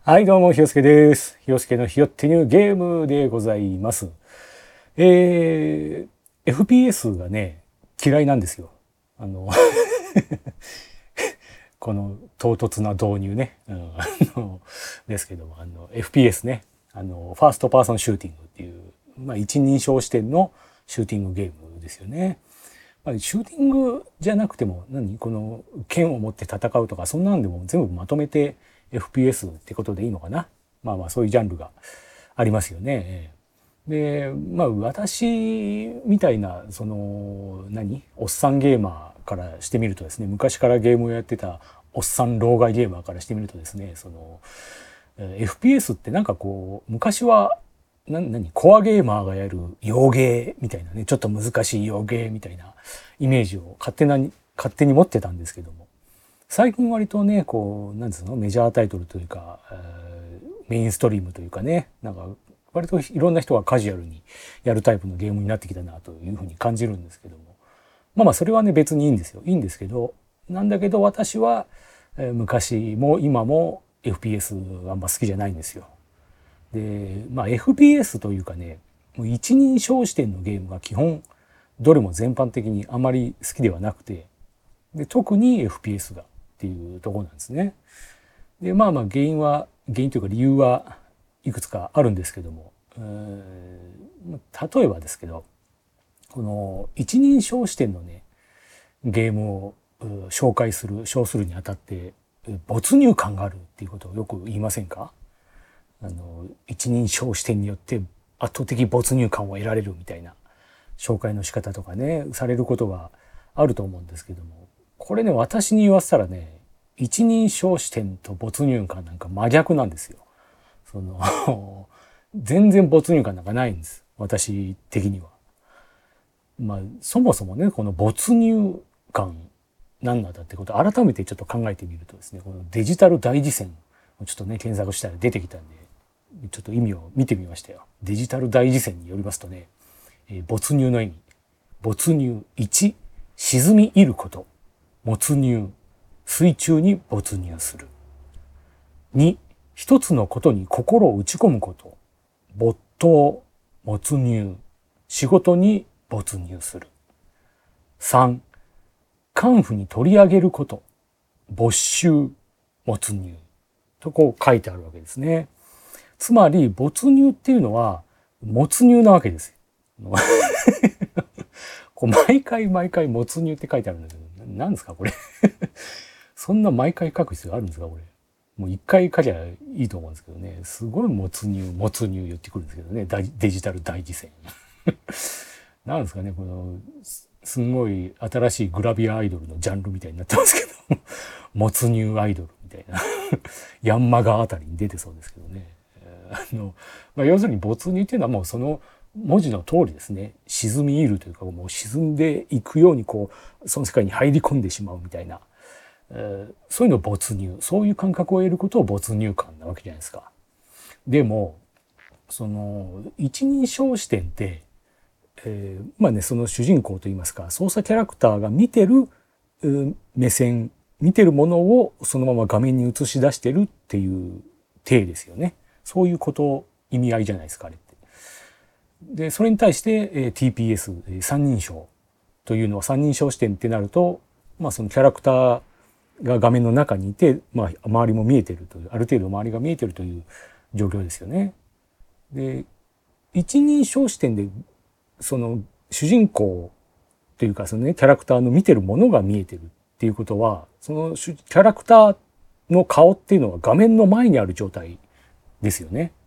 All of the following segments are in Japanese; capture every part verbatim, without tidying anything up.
はい、どうも、ひよすけです。ひよすけのひよってニューゲームでございます。えー、エフピーエス がね、嫌いなんですよ。あの、この唐突な導入ね。うん、あのですけども、あの、エフピーエス ね。あの、ファーストパーソンシューティングっていう、まあ、一人称視点のシューティングゲームですよね。まあ、シューティングじゃなくても、何この剣を持って戦うとか、そんなんでも全部まとめて エフピーエス ってことでいいのかな。まあまあそういうジャンルがありますよね。で、まあ私みたいな、その、何おっさんゲーマーからしてみるとですね、昔からゲームをやってたおっさん老害ゲーマーからしてみるとですね、その、エフピーエス ってなんかこう、昔は、な、何コアゲーマーがやる洋ゲーみたいなね、ちょっと難しい洋ゲーみたいなイメージを勝手な、勝手に持ってたんですけども、最近割とね、こう、なんつうの、メジャータイトルというか、えーメインストリームというかね、なんか、割といろんな人がカジュアルにやるタイプのゲームになってきたなというふうに感じるんですけども。まあまあ、それはね、別にいいんですよ。いいんですけど、なんだけど私は、えー昔も今も エフピーエス あんま好きじゃないんですよ。で、まあ エフピーエス というかね、もう一人称視点のゲームが基本、どれも全般的にあまり好きではなくて、で特に エフピーエス がっていうところなんですね。でまあまあ原因は原因というか理由はいくつかあるんですけども、えー、例えばですけどこの一人称視点のねゲームを紹介する称するにあたって没入感があるっていうことをよく言いませんか？あの一人称視点によって圧倒的没入感を得られるみたいな紹介の仕方とかねされることがあると思うんですけども、これね私に言わせたらね一人称視点と没入感なんか真逆なんですよ。その全然没入感なんかないんです私的には。まあそもそもねこの没入感何なんだってことを改めてちょっと考えてみるとですね、このデジタル大辞典をちょっとね検索したら出てきたんでちょっと意味を見てみましたよ。デジタル大辞典によりますとね、えー、没入の意味。没入いち、沈み入ること。没入、水中に没入する。に、一つのことに心を打ち込むこと。没頭、没入、仕事に没入する。さん、カンフに取り上げること。没収、没入。とこう書いてあるわけですね。つまり、没入っていうのは、没入なわけですよ。こう毎回毎回没入って書いてあるんだけど、何ですかこれ。そんな毎回書く必要あるんですかこれ。もう一回書きゃいいと思うんですけどね。すごい没入、没入言ってくるんですけどね。デジタル大辞典。なんですかねこの、すんごい新しいグラビアアイドルのジャンルみたいになってますけど、没入アイドルみたいな。ヤンマガあたりに出てそうですけどね。あの、まあ、要するに没入っていうのはもうその文字の通りですね。沈み入るというかもう沈んでいくようにこう、その世界に入り込んでしまうみたいな。えー、そういうのを没入。そういう感覚を得ることを没入感なわけじゃないですか。でも、その、一人称視点って、えー、まあね、その主人公といいますか、操作キャラクターが見てる目線、見てるものをそのまま画面に映し出してるっていう体ですよね。そういうこと、意味合いじゃないですか、あれって。で、それに対して、えー、ティーピーエス、三人称というのは三人称視点ってなると、まあそのキャラクターが画面の中にいて、まあ周りも見えてるという、ある程度周りが見えてるという状況ですよね。で、一人称視点でその主人公というかそのねキャラクターの見てるものが見えてるっていうことは、そのキャラクターの顔っていうのは画面の前にある状態ですよね。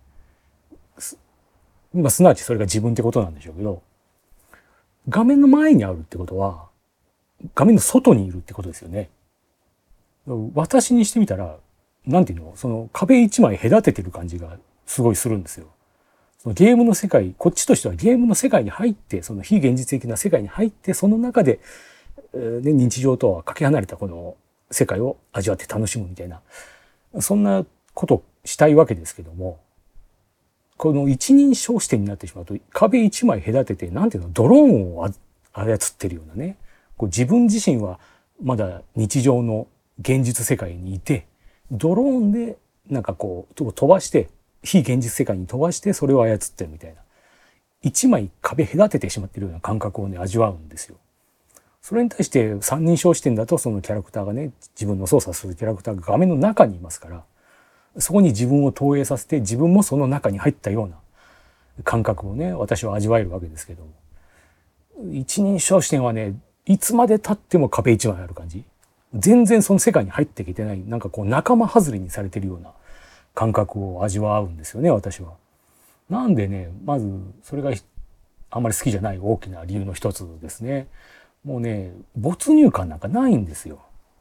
まあ、すなわちそれが自分ってことなんでしょうけど、画面の前にあるってことは画面の外にいるってことですよね。私にしてみたらなんていうの、その壁一枚隔ててる感じがすごいするんですよ。そのゲームの世界、こっちとしてはゲームの世界に入って、その非現実的な世界に入って、その中で、ね、日常とはかけ離れたこの世界を味わって楽しむみたいな、そんなことをしたいわけですけども、この一人称視点になってしまうと、壁一枚隔てて、なんていうの、ドローンを操ってるようなね、こう自分自身はまだ日常の現実世界にいて、ドローンでなんかこう飛ばして非現実世界に飛ばしてそれを操ってるみたいな、一枚壁隔ててしまってるような感覚をね味わうんですよ。それに対して三人称視点だと、そのキャラクターがね、自分の操作するキャラクターが画面の中にいますから、そこに自分を投影させて自分もその中に入ったような感覚をね私は味わえるわけですけども、一人称視点はねいつまで経っても壁一枚ある感じ、全然その世界に入ってきてない、なんかこう仲間外れにされてるような感覚を味わうんですよね私は。なんでね、まずそれがあんまり好きじゃない大きな理由の一つですね。もうね没入感なんかないんですよ。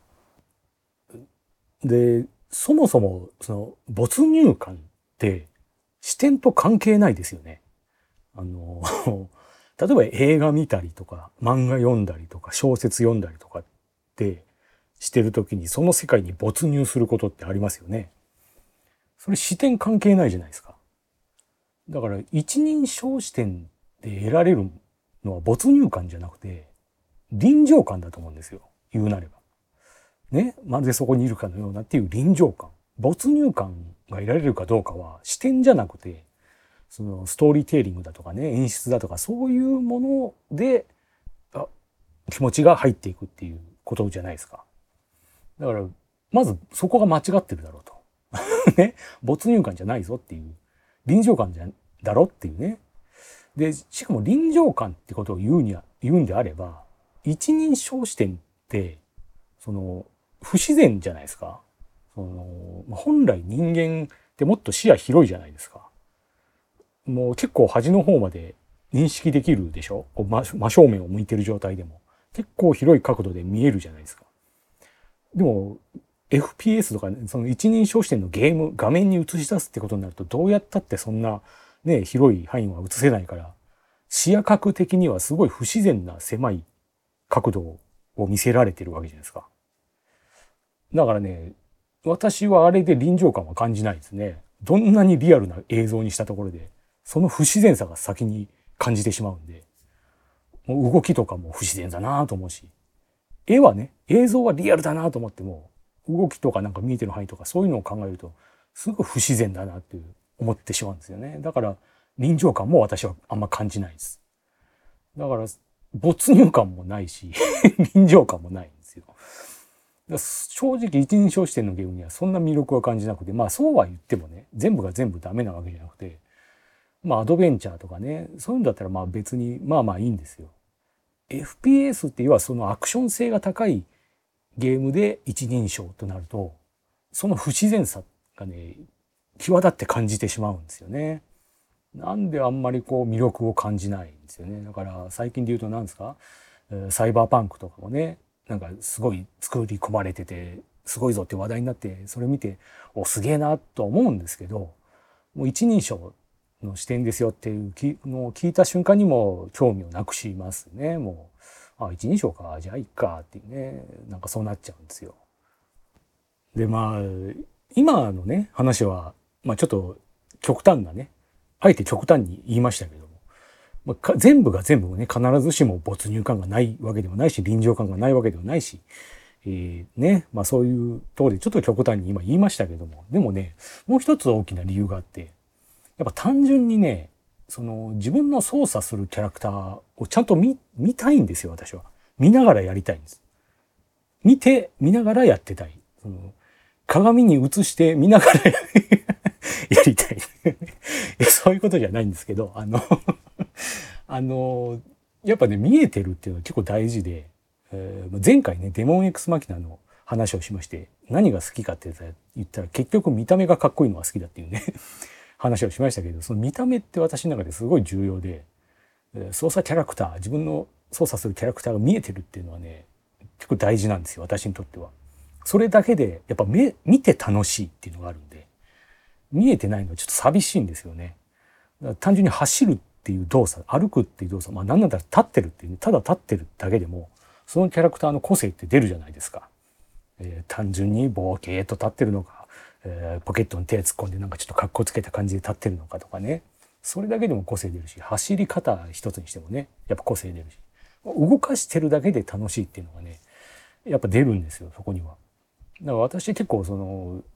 でそもそもその没入感って視点と関係ないですよね。あの例えば映画見たりとか漫画読んだりとか小説読んだりとかってしてる時にその世界に没入することってありますよね。それ視点関係ないじゃないですか。だから一人称視点で得られるのは没入感じゃなくて臨場感だと思うんですよ、言うなればね。まるでそこにいるかのようなっていう臨場感、没入感が得られるかどうかは視点じゃなくて、そのストーリーテーリングだとかね、演出だとかそういうものであ気持ちが入っていくっていうことじゃないですか。だからまずそこが間違ってるだろうとね、没入感じゃないぞっていう、臨場感じゃだろっていうね。でしかも臨場感ってことを言うには言うんであれば、一人称視点ってその不自然じゃないですか。その本来人間ってもっと視野広いじゃないですか。もう結構端の方まで認識できるでしょ。こう真真正面を向いてる状態でも結構広い角度で見えるじゃないですか。でも エフピーエス とか、ね、その一人称視点のゲーム画面に映し出すってことになると、どうやったってそんなね広い範囲は映せないから、視野角的にはすごい不自然な狭い角度を見せられてるわけじゃないですか。だからね、私はあれで臨場感は感じないですね。どんなにリアルな映像にしたところでその不自然さが先に感じてしまうんで、もう動きとかも不自然だなと思うし、絵はね映像はリアルだなと思っても動きとかなんか見えてる範囲とかそういうのを考えるとすごい不自然だなっていう思ってしまうんですよね。だから臨場感も私はあんま感じないです。だから没入感もないし臨場感もないんですよ。正直一人称視点のゲームにはそんな魅力は感じなくて、まあそうは言ってもね全部が全部ダメなわけじゃなくて、まあアドベンチャーとかねそういうんだったらまあ別にまあまあいいんですよ。エフピーエス って要はそのアクション性が高いゲームで一人称となると、その不自然さがね際立って感じてしまうんですよね。なんであんまりこう魅力を感じないんですよね。だから最近で言うと何ですか、サイバーパンクとかもねなんかすごい作り込まれててすごいぞって話題になって、それ見ておすげえなと思うんですけど、もう一人称の視点ですよっていうのを聞いた瞬間にも興味をなくしますね。もうあ一人称かじゃあいっかっていうね、なんかそうなっちゃうんですよ。でまあ今のね話は、まあ、ちょっと極端なねあえて極端に言いましたけども、まあ、全部が全部ね必ずしも没入感がないわけでもないし臨場感がないわけでもないし、えー、ねまあそういうところでちょっと極端に今言いましたけども、でもねもう一つ大きな理由があって、やっぱ単純にねその自分の操作するキャラクターをちゃんと 見, 見たいんですよ。私は見ながらやりたいんです。見て見ながらやってたい。その鏡に映して見ながらやりたいいやそういうことじゃないんですけど、あのあのやっぱね見えてるっていうのは結構大事で、えー、前回ねデモン X マキナの話をしまして、何が好きかって言ったら結局見た目がかっこいいのが好きだっていうね話をしましたけど、その見た目って私の中ですごい重要で、操作キャラクター、自分の操作するキャラクターが見えてるっていうのはね結構大事なんですよ、私にとっては。それだけでやっぱ目見て楽しいっていうのがあるんで、見えてないのはちょっと寂しいんですよね。だから単純に走るっていう動作、歩くっていう動作、まあ何なんだら立ってるっていう、ただ立ってるだけでもそのキャラクターの個性って出るじゃないですか。えー、単純にボケーっと立ってるのか、えー、ポケットに手突っ込んでなんかちょっと格好つけた感じで立ってるのかとかね、それだけでも個性出るし、走り方一つにしてもねやっぱ個性出るし、動かしてるだけで楽しいっていうのがねやっぱ出るんですよ、そこには。だから私結構その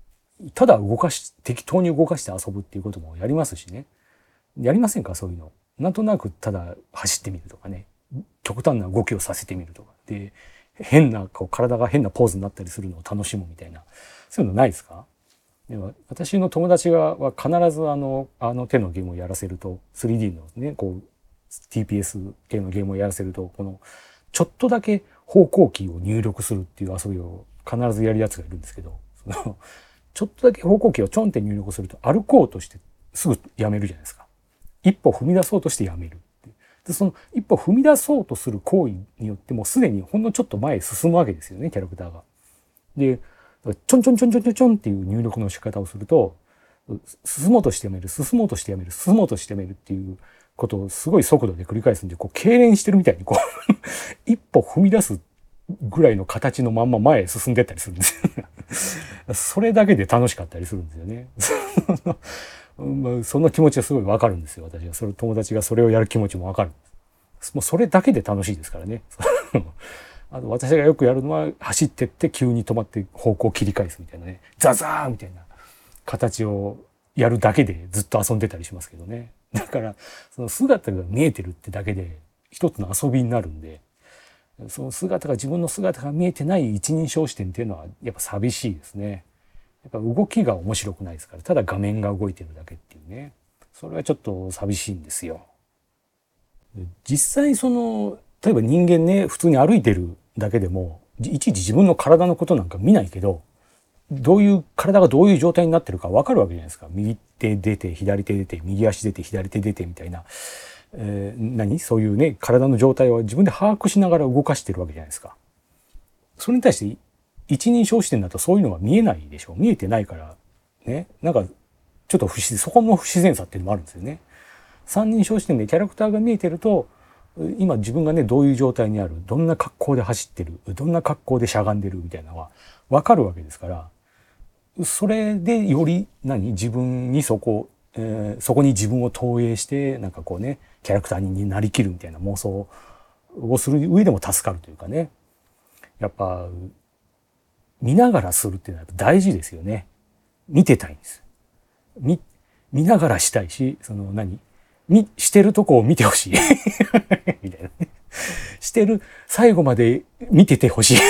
ただ動かし適当に動かして遊ぶっていうこともやりますしね。やりませんかそういうの。なんとなくただ走ってみるとかね、極端な動きをさせてみるとかで、変なこう体が変なポーズになったりするのを楽しむみたいな、そういうのないですか？では私の友達がは必ずあのあの手のゲームをやらせると スリーディー のねこう ティーピーエス 系のゲームをやらせると、このちょっとだけ方向キーを入力するっていう遊びを必ずやるやつがいるんですけど、そのちょっとだけ方向キーをちょんって入力すると歩こうとしてすぐやめるじゃないですか。一歩踏み出そうとしてやめる。でその一歩踏み出そうとする行為によってもうすでにほんのちょっと前へ進むわけですよね、キャラクターが。でちょんちょんちょんちょんちょんちょんっていう入力の仕方をすると、進もうとしてやめる進もうとしてやめる進もうとしてやめるっていうことをすごい速度で繰り返すんで、こう痙攣してるみたいにこう一歩踏み出すぐらいの形のまんま前へ進んでったりするんですよそれだけで楽しかったりするんですよねその気持ちはすごいわかるんですよ。私はそれ友達がそれをやる気持ちもわかる。もうそれだけで楽しいですからねあと私がよくやるのは走ってって急に止まって方向を切り返すみたいなね、ザザーみたいな形をやるだけでずっと遊んでたりしますけどね。だからその姿が見えてるってだけで一つの遊びになるんで、その姿が自分の姿が見えてない一人称視点っていうのはやっぱ寂しいですね。やっぱ動きが面白くないですから、ただ画面が動いてるだけっていうね、それはちょっと寂しいんですよ。実際その例えば人間ね、普通に歩いてるだけでもいちいち自分の体のことなんか見ないけど、どういう体がどういう状態になってるか分かるわけじゃないですか。右手出て左手出て右足出て左手出てみたいな、えー、何そういうね体の状態を自分で把握しながら動かしてるわけじゃないですか。それに対して一人称視点だとそういうのが見えないでしょ。見えてないからね、なんかちょっと不自然、そこの不自然さっていうのもあるんですよね。三人称視点でキャラクターが見えてると、今自分がねどういう状態にある、どんな格好で走ってる、どんな格好でしゃがんでるみたいなのは分かるわけですから、それでより何自分にそこ、えー、そこに自分を投影してなんかこうねキャラクターになりきるみたいな妄想をする上でも助かるというかね、やっぱ見ながらするっていうのはやっぱ大事ですよね。見てたいんです。見見ながらしたいし、その何みしてるとこを見てほしいみたいなね。してる最後まで見ててほしい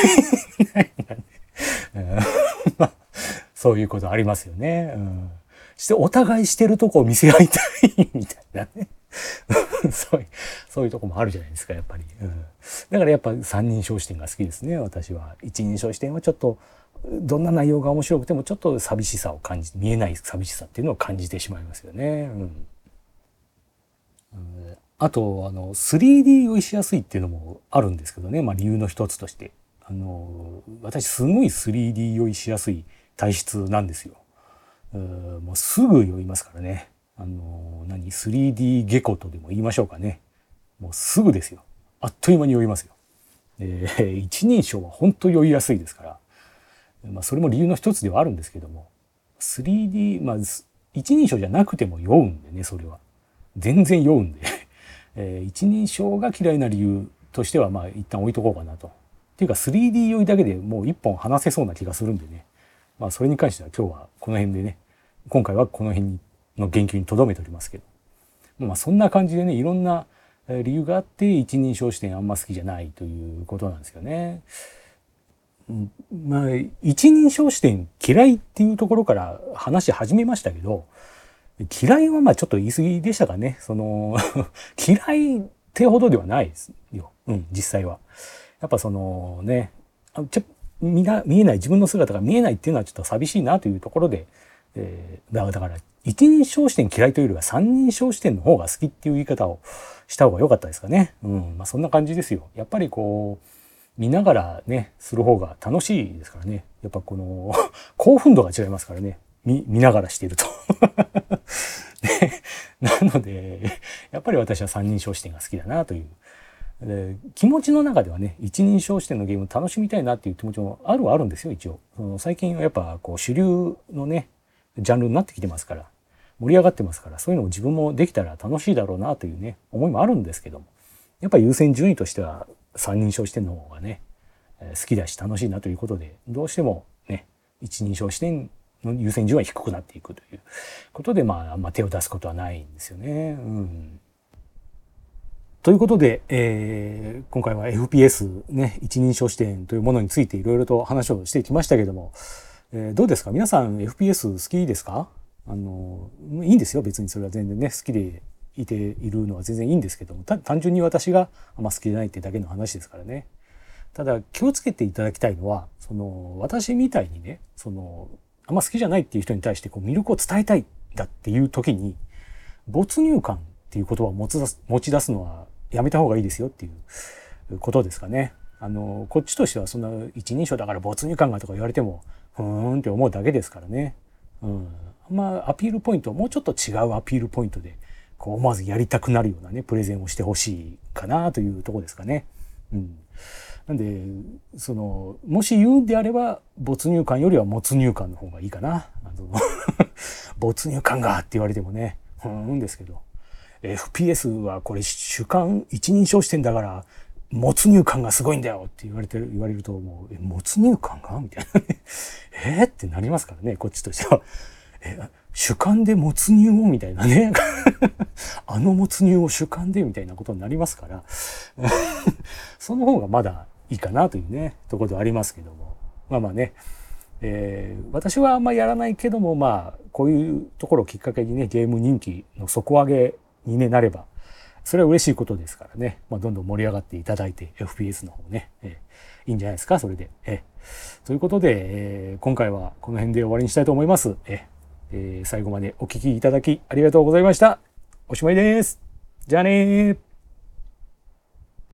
そういうことありますよね。うん、してお互いしてるとこを見せ合いたいみたいなねそういうそういうとこもあるじゃないですかやっぱり、うん、だからやっぱ三人称視点が好きですね私は。一人称視点はちょっとどんな内容が面白くてもちょっと寂しさを感じ見えない寂しさっていうのを感じてしまいますよね。うんうん、あとあの スリーディー 酔いしやすいっていうのもあるんですけどね、まあ、理由の一つとしてあの私すごい スリーディー 酔いしやすい体質なんですよ。うもうすぐ酔いますからね。あの何 スリーディー 下戸とでも言いましょうかね。もうすぐですよ。あっという間に酔いますよ。で一人称は本当酔いやすいですから、まあ、それも理由の一つではあるんですけども スリーディー まあ一人称じゃなくても酔うんでね、それは全然酔うんでえー、一人称が嫌いな理由としてはまあ一旦置いとこうかなと。っていうか スリーディー 酔いだけでもう一本話せそうな気がするんでね、まあ、それに関しては今日はこの辺でね、今回はこの辺の言及にとどめておりますけど、まあそんな感じでねいろんな理由があって一人称視点あんま好きじゃないということなんですよね。まあ一人称視点嫌いっていうところから話し始めましたけど、嫌いはまあちょっと言い過ぎでしたかね。その嫌いってほどではないですよ、うん、実際は。やっぱそのねちょ見な見えない自分の姿が見えないっていうのはちょっと寂しいなというところで、えー、だから一人称視点嫌いというよりは三人称視点の方が好きっていう言い方をした方が良かったですかね。うんまあ、そんな感じですよ。やっぱりこう見ながらねする方が楽しいですからね。やっぱこの興奮度が違いますからね、見見ながらしているとなのでやっぱり私は三人称視点が好きだなという。で気持ちの中ではね一人称視点のゲーム楽しみたいなっていう気持ちもあるはあるんですよ一応。その最近はやっぱこう主流のねジャンルになってきてますから盛り上がってますから、そういうのを自分もできたら楽しいだろうなというね思いもあるんですけども、やっぱり優先順位としては三人称視点の方がね好きだし楽しいなということで、どうしてもね一人称視点の優先順位は低くなっていくということで、まあ、あんま手を出すことはないんですよね。うん、ということで、えー、今回は エフピーエス ね、一人称視点というものについていろいろと話をしてきましたけども、えー、どうですか皆さん エフピーエス 好きですか？あのいいんですよ別にそれは全然ね好きでいているのは全然いいんですけども、単純に私があんま好きじゃないってだけの話ですからね。ただ気をつけていただきたいのは、その私みたいにね、そのあんま好きじゃないっていう人に対してこう魅力を伝えたいんだっていう時に没入感っていう言葉を持ち出す、持ち出すのはやめた方がいいですよっていうことですかね。あのこっちとしてはそんな一人称だから没入感がとか言われてもふーんって思うだけですからね。うん、まあアピールポイントをもうちょっと違うアピールポイントでこう思わずやりたくなるようなねプレゼンをしてほしいかなというところですかね。うん、なんでそのもし言うんであれば没入感よりは没入感の方がいいかな。あの没入感がって言われてもねふーんですけど、 エフピーエス はこれ主観一人称視点だから没入感がすごいんだよって言われてる言われるともうえ没入感がみたいなねえー、ってなりますからねこっちとしては。え主観で没入をみたいなねあの没入を主観でみたいなことになりますからその方がまだいいかなというねところではありますけども、まあまあね、えー、私はあんまやらないけども、まあこういうところをきっかけにねゲーム人気の底上げに、ね、なればそれは嬉しいことですからね、まあ、どんどん盛り上がっていただいて エフピーエス の方ね、えー、いいんじゃないですかそれで。えー、ということで、えー、今回はこの辺で終わりにしたいと思います。えーえー、最後までお聞きいただきありがとうございました。おしまいです。じゃあねー。